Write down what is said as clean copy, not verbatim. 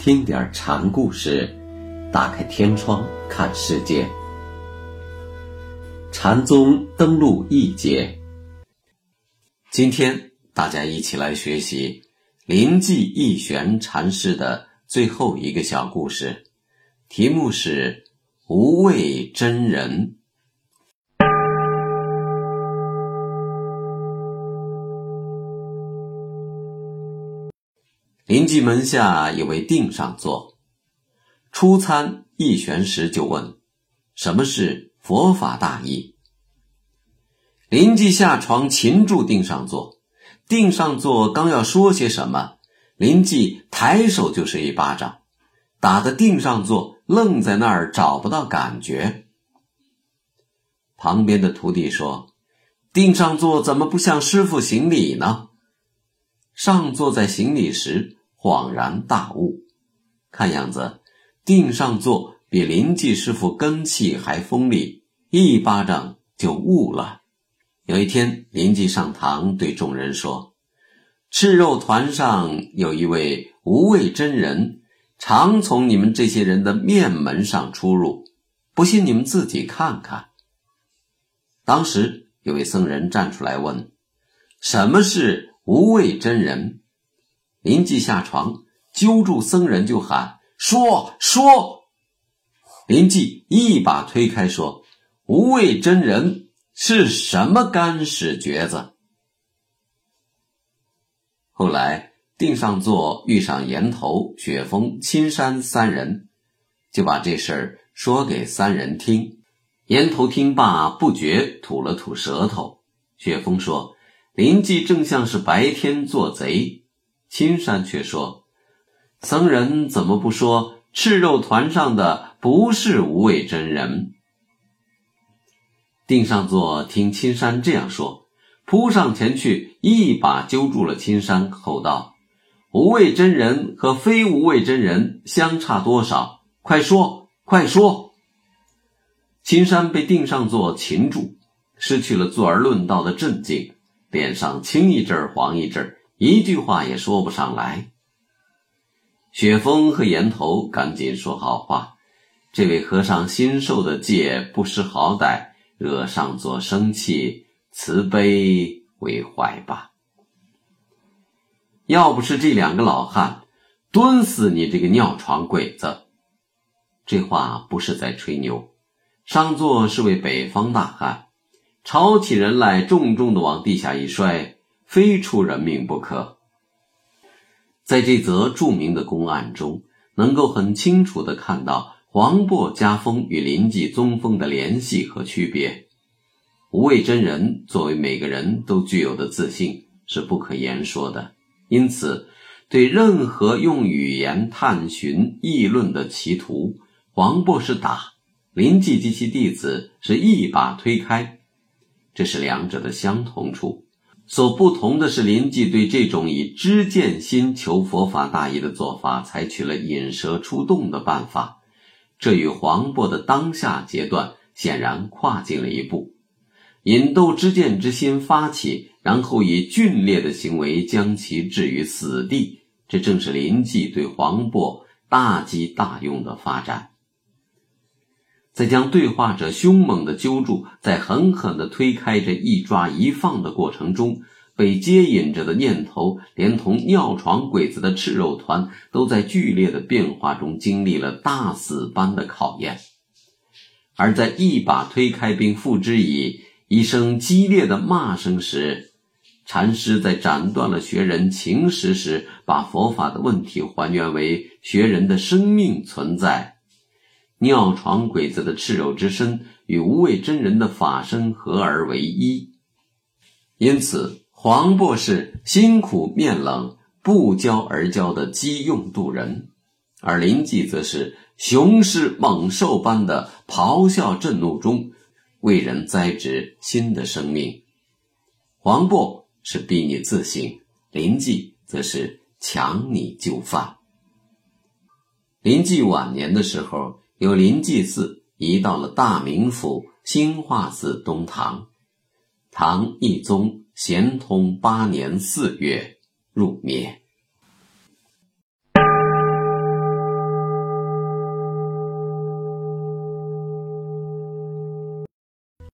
听点禅故事，打开天窗看世界。禅宗登陆一节，今天大家一起来学习临济义玄禅师的最后一个小故事，题目是无畏真人。临济门下有位定上座，初参义玄时就问，什么是佛法大义？临济下床擒住定上座，定上座刚要说些什么，临济抬手就是一巴掌，打得定上座愣在那儿找不到感觉。旁边的徒弟说，定上座怎么不向师父行礼呢？上座在行礼时恍然大悟，看样子定上座比临济师父根气还锋利，一巴掌就悟了。有一天，临济上堂对众人说，赤肉团上有一位无畏真人，常从你们这些人的面门上出入，不信你们自己看看。当时有位僧人站出来问，什么是无畏真人？临济下床揪住僧人就喊，说！临济一把推开说，无畏真人是什么干屎橛子？后来定上座遇上岩头、雪峰、青山三人，就把这事儿说给三人听。岩头听罢不觉吐了吐舌头，雪峰说，临济正像是白天做贼。青山却说，僧人怎么不说赤肉团上的不是无畏真人？定上座听青山这样说，扑上前去一把揪住了青山，吼道，无畏真人和非无畏真人相差多少？快说！青山被定上座擒住，失去了坐而论道的镇静，脸上青一阵黄一阵，一句话也说不上来。雪峰和岩头赶紧说好话，这位和尚新受的戒，不识好歹，惹上座生气，慈悲为怀吧。要不是这两个老汉，蹲死你这个尿床鬼子。这话不是在吹牛，上座是位北方大汉，吵起人来重重地往地下一摔，非出人命不可。在这则著名的公案中，能够很清楚地看到黄檗家风与临济宗风的联系和区别。无畏真人作为每个人都具有的自信是不可言说的，因此对任何用语言探寻议论的歧途，黄檗是打，临济及其弟子是一把推开，这是两者的相同处。所不同的是，临济对这种以知见心求佛法大义的做法采取了引蛇出洞的办法，这与黄檗的当下阶段显然跨进了一步。引斗知见之心发起，然后以峻烈的行为将其置于死地，这正是临济对黄檗大机大用的发展。在将对话者凶猛地揪住，在狠狠地推开着一抓一放的过程中，被接引着的念头连同尿床鬼子的赤肉团都在剧烈的变化中经历了大死般的考验。而在一把推开并付之以一声激烈的骂声时，禅师在斩断了学人情识时，把佛法的问题还原为学人的生命存在。尿床鬼子的赤肉之身与无畏真人的法身合而为一，因此黄檗是辛苦面冷不骄而骄的机用度人，而临济则是雄狮猛兽般的咆哮震怒中为人栽植新的生命。黄檗是逼你自省，临济则是强你就范。临济晚年的时候，由临济寺移到了大名府兴化寺东堂。唐懿宗咸通8年4月入灭。